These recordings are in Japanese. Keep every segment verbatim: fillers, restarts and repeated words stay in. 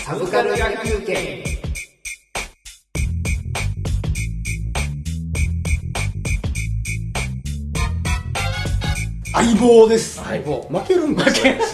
サブカル野球券。 相棒です。 相棒。 負けるんだ。負ける。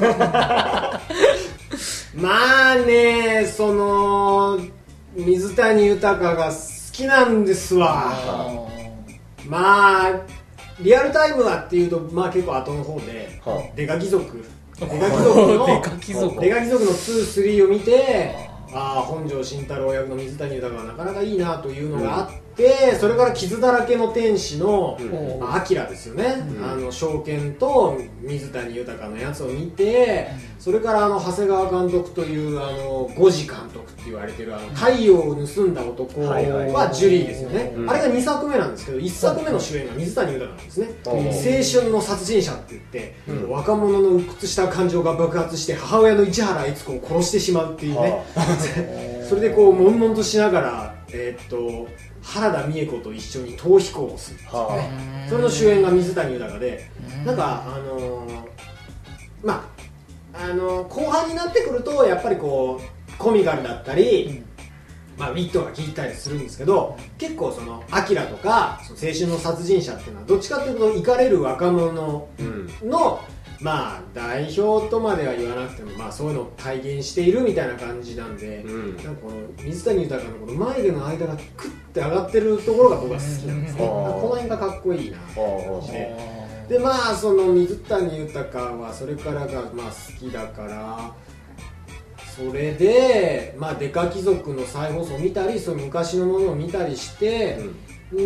まあね、その水谷豊が好きなんですわ。まあリアルタイムはっていうと、まあ結構後の方で、はあ、デカ貴族デカ貴族のデカ貴族デカ貴族のに、さんを見て、ああ本庄慎太郎役の水谷豊はなかなかいいなというのがあって、うん、それから傷だらけの天使のアキラですよね、うん、あの証券と水谷豊のやつを見て、それからあの長谷川監督というあの五次監督って言われてるあの太陽を盗んだ男はジュリーですよね、うん、あれがにさくめなんですけど、いっさくめの主演が水谷豊なんですね、うん、青春の殺人者って言って、うん、若者の鬱屈した感情が爆発して母親の市原悦子を殺してしまうっていうねそれでこう悶々としながら、えー、っと原田美恵子と一緒に逃避行をするんですよね。それの主演が水谷豊で、なんかあのー、まああのー、後半になってくるとやっぱりこうコミカルだったり、うん、まあ、ウィットが効いたりするんですけど、結構そのアキラとかその青春の殺人者っていうのはどっちかっていうとイカれる若者の、うん、まあ代表とまでは言わなくても、まあそういうのを体現しているみたいな感じなんで、うん、なんかこの水谷豊のこの眉毛の間がクッて上がってるところが僕は好きなんですね、うん、この辺がかっこいいなって感じで、でまあその水谷豊はそれからがまあ好きだから、それでまあデカ貴族の再放送を見たり、そういう昔のものを見たりして、うん、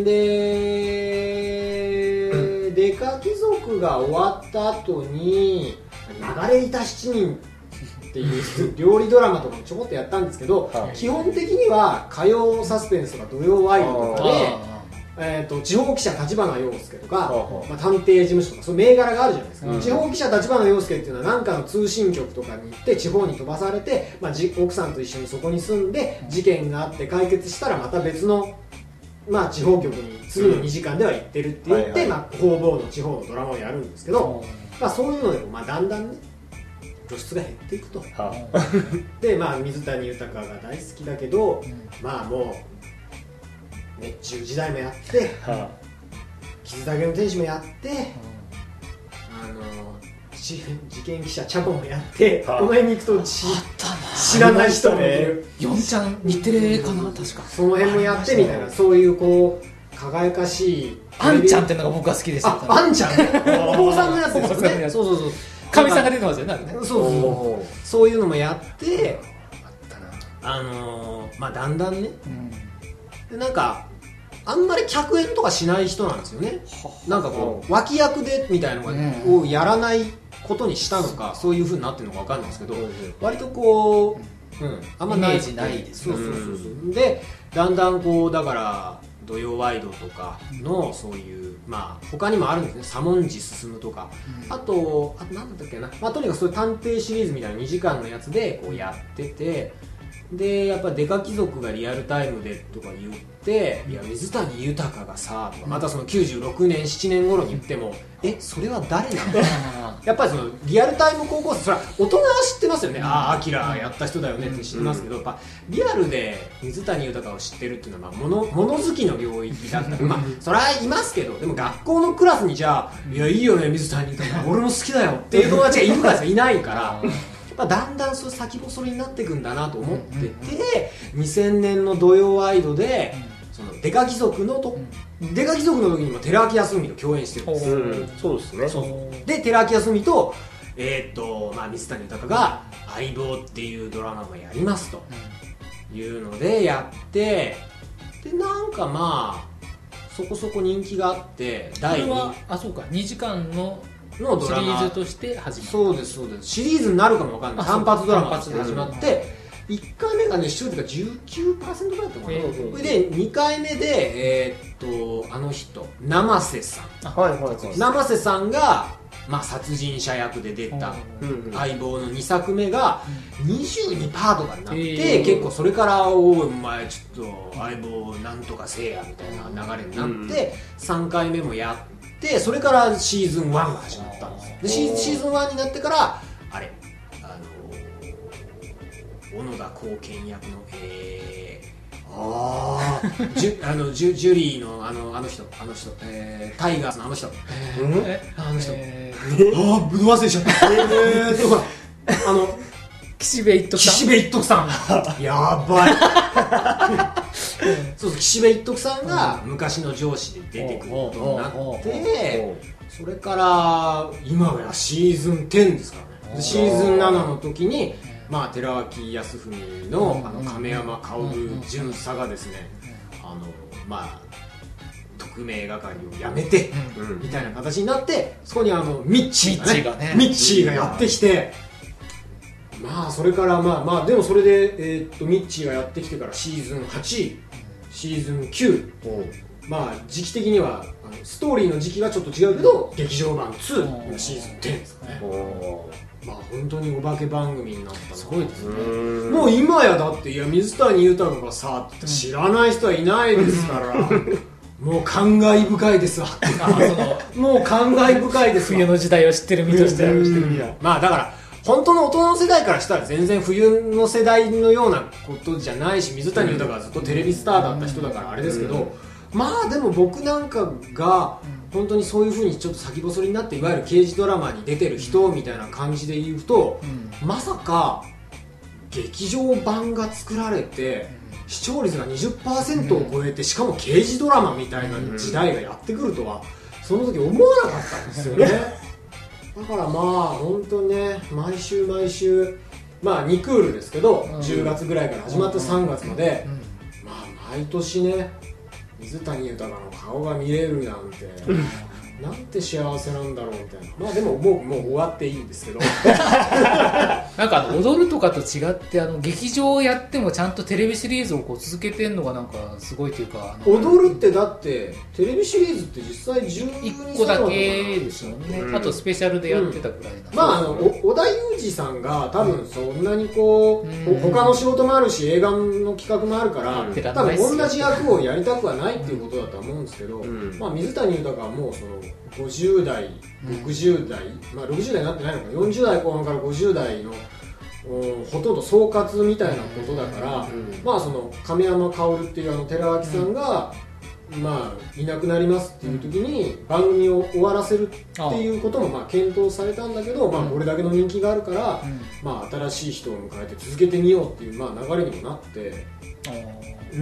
でデカ貴族が終わった後に流れいたしちにんっていう料理ドラマとかもちょこっとやったんですけど、基本的には火曜サスペンスとか土曜ワイドとかで、えー、と地方記者立花陽介とか、まあ、探偵事務所とかそういう銘柄があるじゃないですか、うん、地方記者立花陽介っていうのは何かの通信局とかに行って地方に飛ばされて、まあ、奥さんと一緒にそこに住んで事件があって解決したらまた別のまあ、地方局に次のにじかんでは行ってるって言って、うんはいはい、まあ、方々の地方のドラマをやるんですけど、まあ、そういうのでもまあだんだんね露出が減っていくと、はあ、で、まあ、水谷豊が大好きだけど、うん、まあもう熱中時代もやって、はあ、傷だけの天使もやって、はあ、あの事件記者チャボもやって、はあ、この辺に行くと知らない人もいる、 よんちゃん日テレかな、確かその辺もやってみたいな、そういうこう輝かしいあんちゃんっていうのが僕は好きですよ。 あ、あんちゃんお坊さんのやつですよね。そうそうそう、 かみさんが出てますよね。 そうそうそう、そういうのもやって、あのー、まあだんだんね、うん、なんかあんまり客演とかしない人なんですよね。なんかこう脇役でみたいなのをやらないことにしたのか、そういう風になってるのか分かんないですけど、割とこう、うん、あんまないイメージないですね。そうそうそうそう。でだんだんこうだから土曜ワイドとかのそういう、まあ他にもあるんですね。左文字進とか、うん、あとあとなんだっけな、まあとにかくそういう探偵シリーズみたいなにじかんのやつでこうやってて、でやっぱデカ貴族がリアルタイムでとか言って、いや水谷豊がさとか、またそのきゅうじゅうろくねんななねん頃に言っても、えそれは誰なのやっぱりそのリアルタイム高校生、それは大人は知ってますよね、うん、ああアキラやった人だよねって知ってますけど、うん、やっぱリアルで水谷豊を知ってるっていうのはまあ物物好きの領域だったらまあそれはいますけど、でも学校のクラスにじゃあいやいいよね水谷豊俺も好きだよっていう友達がいるかですいないからまあ、だんだんそう先細りになっていくんだなと思ってて、にせんねんの土曜ワイドでそのデカ貴族のと、デカ貴族の時にも寺脇康文と共演してるんです、うん、 そうですね。 そうで寺脇康文と、えーっとまあ、水谷豊が相棒っていうドラマもやりますというのでやって、でなんかまあそこそこ人気があってだいにあそうかにじかんののドラマシリーズとして始まった。 そうですそうです、シリーズになるかもわかんない単発ドラマとして始まって、いっかいめがね視聴率が じゅうきゅうパーセント ぐらいだったかな、えー、それでにかいめで、えー、っとあの人生瀬さん、はいはいはい、生瀬さんが、まあ、殺人者役で出た相棒のにさくめが にじゅうにパーセント とかになって、えー、結構それからおいお前ちょっと相棒なんとかせえやみたいな流れになって、うん、さんかいめもやってでそれからシーズンワンが始まったんですよ。でシーズンワンになってからあれあの小野田公健役のえー、あジュあのジュジュリーのあのあの人あの人、えー、タイガースのあの人、えー、 えあの人、 えああぶど忘れちゃったえーっとほらあの岸辺一徳さん岸辺一徳さんやばいそうそう岸辺一徳さんが昔の上司で出てくることになってそれから今はシーズンじゅうですからねシーズンななの時にまあ寺脇康文のあの亀山薫巡査がですねあのまあ特命係を辞めてみたいな形になってそこにあのミッチーがねミッチーがやってきてまあそれからまあまあでもそれで、えー、っとミッチーがやってきてからシーズンはちシーズンきゅうまあ時期的にはあのストーリーの時期はちょっと違うけど劇場版にシーズンじゅうですかねまあ本当にお化け番組になったのすごいですねもう今やだっていや水谷豊がさって知らない人はいないですからもう感慨深いですわあそのもう感慨深いですわ冬の時代を知ってる身としてはまあだから本当の大人の世代からしたら全然冬の世代のようなことじゃないし水谷豊がずっとテレビスターだった人だからあれですけどまあでも僕なんかが本当にそういう風にちょっと先細りになっていわゆる刑事ドラマに出てる人みたいな感じで言うとまさか劇場版が作られて視聴率が にじゅっパーセント を超えてしかも刑事ドラマみたいな時代がやってくるとはその時思わなかったんですよねだからまあ本当ね毎週毎週まあにクールですけど、うん、じゅうがつぐらいから始まってさんがつまで、うんうん、まあ毎年ね水谷豊の顔が見れるなんて、うん、なんて幸せなんだろうみたいなまあでももうもう終わっていいんですけどなんか踊るとかと違ってあの劇場をやってもちゃんとテレビシリーズをこう続けてるのがなんかすごいというか踊るってだってテレビシリーズって実際じゅうにいっこだけですよね、うん、あとスペシャルでやってたくらいな、 うん、まああの織田裕二さんが多分そんなにこう、うん、他の仕事もあるし映画の企画もあるから、うん、多分同じ役をやりたくはないっていうことだと思うんですけど、うん、まあ水谷豊はもうそのごじゅう代、ろくじゅう代、まあ、ろくじゅう代になってないのかなよんじゅう代後半からごじゅう代のほとんど総括みたいなことだから、うん、まあその亀山薫っていうあの寺脇さんが、うん、まあいなくなりますっていう時に番組を終わらせるっていうこともまあ検討されたんだけど、うん、まあこれだけの人気があるから、うん、まあ新しい人を迎えて続けてみようっていうまあ流れにもなって、うん、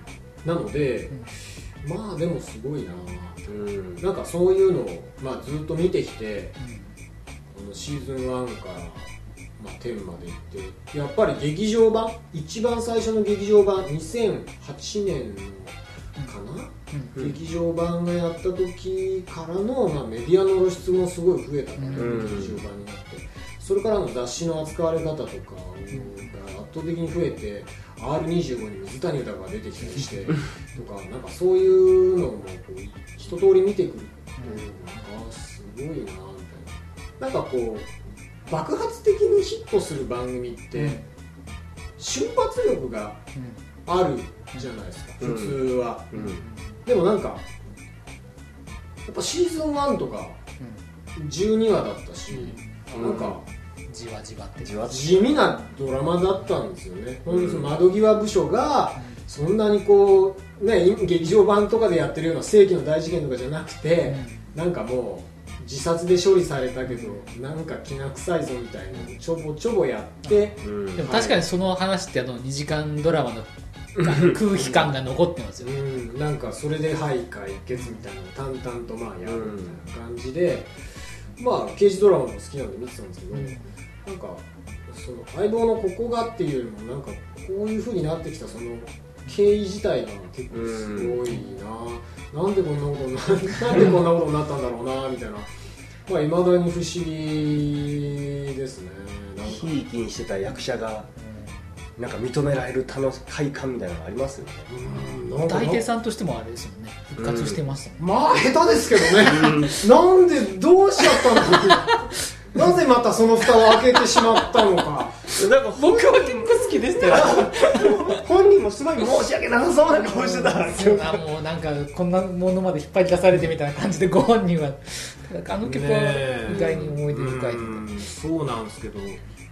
なので、まあでもすごいな、うん、なんかそういうのを、まあ、ずっと見てきて、うん、このシーズンいちから、まあ、じゅうまでいってやっぱり劇場版一番最初の劇場版にせんはちねんのかな、うん、劇場版がやった時からの、まあ、メディアの露出もすごい増えたから、ね、うん、劇場版になってそれからの雑誌の扱われ方とかが圧倒的に増えて アールにじゅうご に水谷豊が出てきたりしてとかなんかそういうのもこう一通り見てくるとなんかすごいなみたいななんかこう爆発的にヒットする番組って瞬発力があるじゃないですか、うん、普通は、うん、でもなんかやっぱシーズンいちとかじゅうにわだったし、うん、なんかじわじわって地味なドラマだったんですよね、うん、窓際部署がそんなにこう、ね、劇場版とかでやってるような世紀の大事件とかじゃなくて、うん、なんかもう自殺で処理されたけどなんかきな臭いぞみたいなちょぼちょぼやって、 うん、でも確かにその話ってあのにじかんドラマの空気感が残ってますよ、 うん、なんかそれではい解決みたいなのを淡々とまあやるみたいな感じで、まあ刑事ドラマも好きなんで見てたんですけど、うん、なんかその相棒のここがっていうよりもなんかこういう風になってきたその経緯自体が結構すごいな、うん、なんでこんなことにななんでこんなことになったんだろうなみたいな、まあ未だに不思議ですね。 ひいきにしてた役者がなんか認められる楽し快感みたいなのがありますよね。 うん、大抵さんとしてもあれですよね、復活してましたもん、 うん、まあ下手ですけどね、なんでどうしちゃったのなぜまたその蓋を開けてしまったのかなんか僕は結構好きでしたよ本人もすごい申し訳なさそうな顔してたんですよ、 うん、もうなんかこんなものまで引っ張り出されてみたいな感じでご本人はあの曲は意外に思い出深い、 ね、そうなんですけど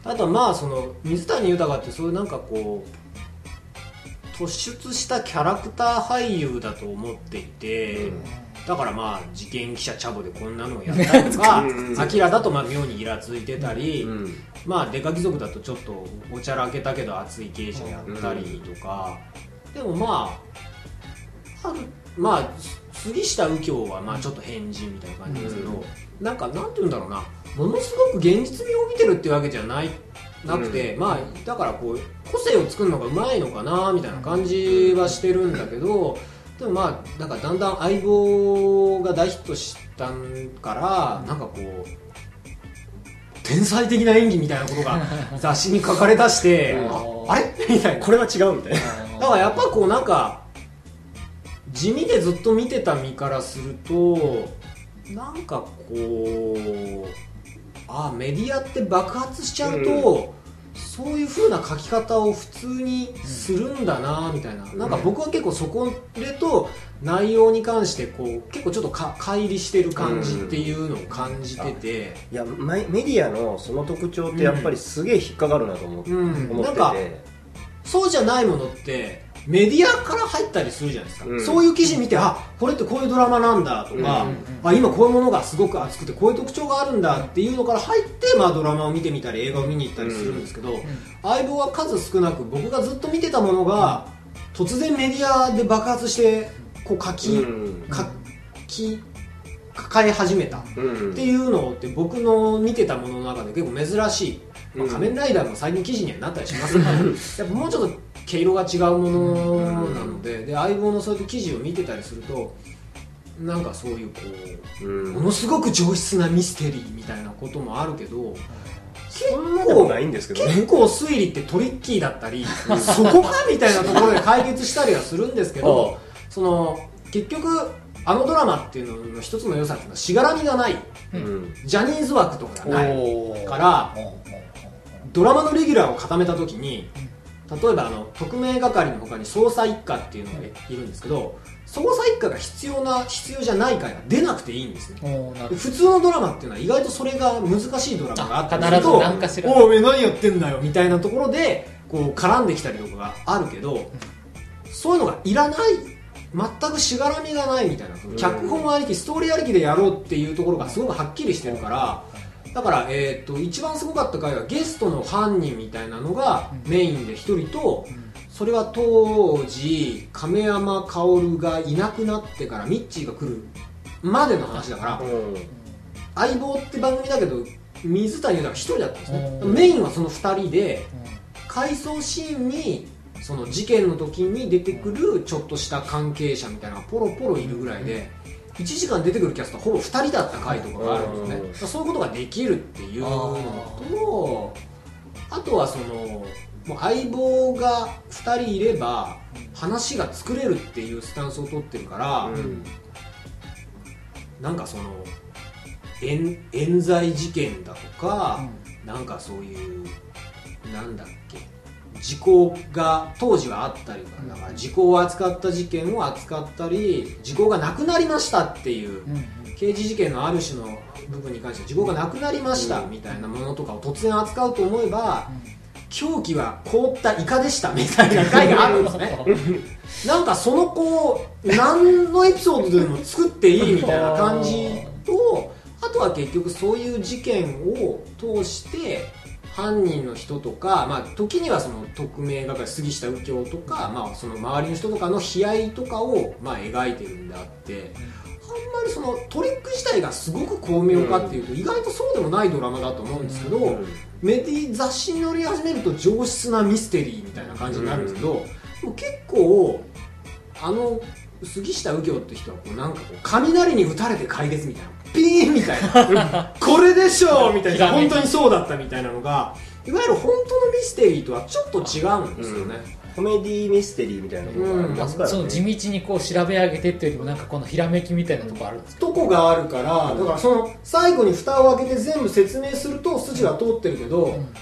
あとはまあその水谷豊ってそういうなんかこう突出したキャラクター俳優だと思っていて、うん、だからまあ事件記者チャボでこんなのをやったりとかアキラだとまあ妙にイラついてたり、うん、まあデカ貴族だとちょっとおちゃらけたけど熱い刑事をやったりとか、うん、でもまあまあ杉下右京はまあちょっと変人みたいな感じですけど、うん、なんかなんていうんだろうな、ものすごく現実味を帯びてるっていうわけじゃないなくて、うん、まあだからこう個性を作るのがうまいのかなみたいな感じはしてるんだけど、でもまあなんかだんだん相棒が大ヒットしたからなんかこう天才的な演技みたいなことが雑誌に書かれだしてあ, あれみたいな、 これは違うみたいなだからやっぱこうなんか地味でずっと見てた身からするとなんかこうあメディアって爆発しちゃうと、うん、そういう風な書き方を普通にするんだなみたいな、うん、なんか僕は結構そこでと内容に関してこう結構ちょっとか乖離してる感じっていうのを感じてて、 うん、いやメディアのその特徴ってやっぱりすげえ引っかかるなと思って、うん、思ってて、なんかそうじゃないものってメディアから入ったりするじゃないですか、うん、そういう記事見てあこれってこういうドラマなんだとか、うん、あ今こういうものがすごく熱くてこういう特徴があるんだっていうのから入って、まあ、ドラマを見てみたり映画を見に行ったりするんですけど、うん、相棒は数少なく僕がずっと見てたものが突然メディアで爆発してこう書き、うん、書き抱え始めたっていうのって僕の見てたものの中で結構珍しい、まあ、仮面ライダーも最近記事にはなったりしますけど、うん、やっぱもうちょっと毛色が違うものなので、で相棒のそういう記事を見てたりするとなんかそういうこう、うん、ものすごく上質なミステリーみたいなこともあるけど、 結構ないんですけど、ね、 結構推理ってトリッキーだったりそこかみたいなところで解決したりはするんですけどその結局あのドラマっていうのの一つの良さっていうのはしがらみがない、うん、ジャニーズ枠とかがないからドラマのレギュラーを固めた時に例えばあの特命係の他に捜査一課っていうのがいるんですけど、捜査一課が必要な必要じゃない回が出なくていいんですね。普通のドラマっていうのは意外とそれが難しいドラマがあったりすると必ず何かしらおい何やってんだよみたいなところでこう絡んできたりとかがあるけど、うん、そういうのがいらない全くしがらみがないみたいな、脚本ありきストーリーありきでやろうっていうところがすごくはっきりしてるから、だから、えー、と一番すごかった回はゲストの犯人みたいなのがメインでひとりと、それは当時亀山薫がいなくなってからミッチーが来るまでの話だから、相棒って番組だけど水谷豊がひとりだったんですね。メインはそのふたりで回想シーンにその事件の時に出てくるちょっとした関係者みたいなのがポロポロいるぐらいで、いちじかん出てくるキャストはほぼふたりだった回とかがあるんですね。そういうことができるっていうのと、あとはそのもう相棒がふたりいれば話が作れるっていうスタンスを取ってるから、うん、なんかその 冤, 冤罪事件だとか、うん、なんかそういうなんだっけ時効が当時はあったりとか、だから時効を扱った事件を扱ったり時効がなくなりましたっていう、うん、刑事事件のある種の部分に関して時効がなくなりましたみたいなものとかを突然扱うと思えば、うん、凶器は凍ったイカでしたみたいな回があるんですねなんかそのこう何のエピソードでも作っていいみたいな感じと、あとは結局そういう事件を通して犯人の人とか、まあ、時にはその特命係杉下右京とか、まあ、その周りの人とかの悲哀とかを、まあ、描いてるんであって、あんまりそのトリック自体がすごく巧妙かっていうと意外とそうでもないドラマだと思うんですけど、メディ雑誌に載り始めると上質なミステリーみたいな感じになるんですけど、もう結構あの杉下右京って人はこうなんかこう雷に打たれて解決みたいな、ピーンみたいなこれでしょみたいな、本当にそうだったみたいなのがいわゆる本当のミステリーとはちょっと違うんですよね、 うん、コメディミステリーみたいなところがありますからね、 うん、その地道にこう調べ上げてっていうよりもなんかこのひらめきみたいなところあるんですか。 とこがあるから、だからその最後に蓋を開けて全部説明すると筋は通ってるけど、うん、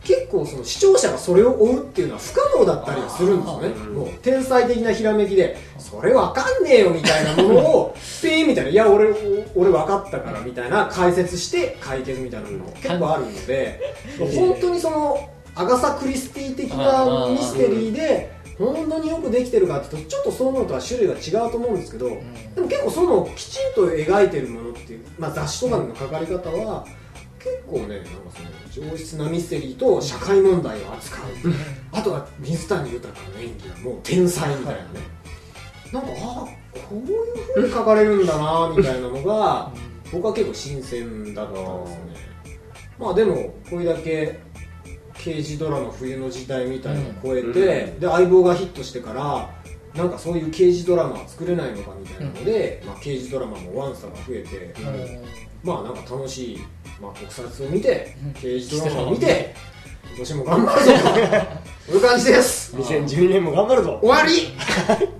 結構その視聴者がそれを追うっていうのは不可能だったりはするんですよね。もう天才的なひらめきでそれわかんねえよみたいなものをピーンみたいな、いや俺俺分かったからみたいな解説して解決みたいなのも結構あるので、本当にそのアガサ・クリスティ的なミステリーで本当によくできてるかっていうとちょっとそういうのとは種類が違うと思うんですけど、でも結構そのきちんと描いてるものっていう、まあ、雑誌とかの書かれ方は結構ね、なんかその上質なミステリーと社会問題を扱う、あとは水谷豊の演技がもう天才みたいなね、なんかああこういう風に書かれるんだなみたいなのが僕は結構新鮮だったんですよね。まあでもこれだけ刑事ドラマ冬の時代みたいなのを超えて、うん、で相棒がヒットしてからなんかそういう刑事ドラマは作れないのかみたいなので、うん、まあ、刑事ドラマもワンサが増えて、うん、まあなんか楽しい、まあ、特撮を見て、うん、刑事ドラマを見て今年も頑張るぞとそういう感じです。 にせんじゅうにねんも頑張るぞ。 終わり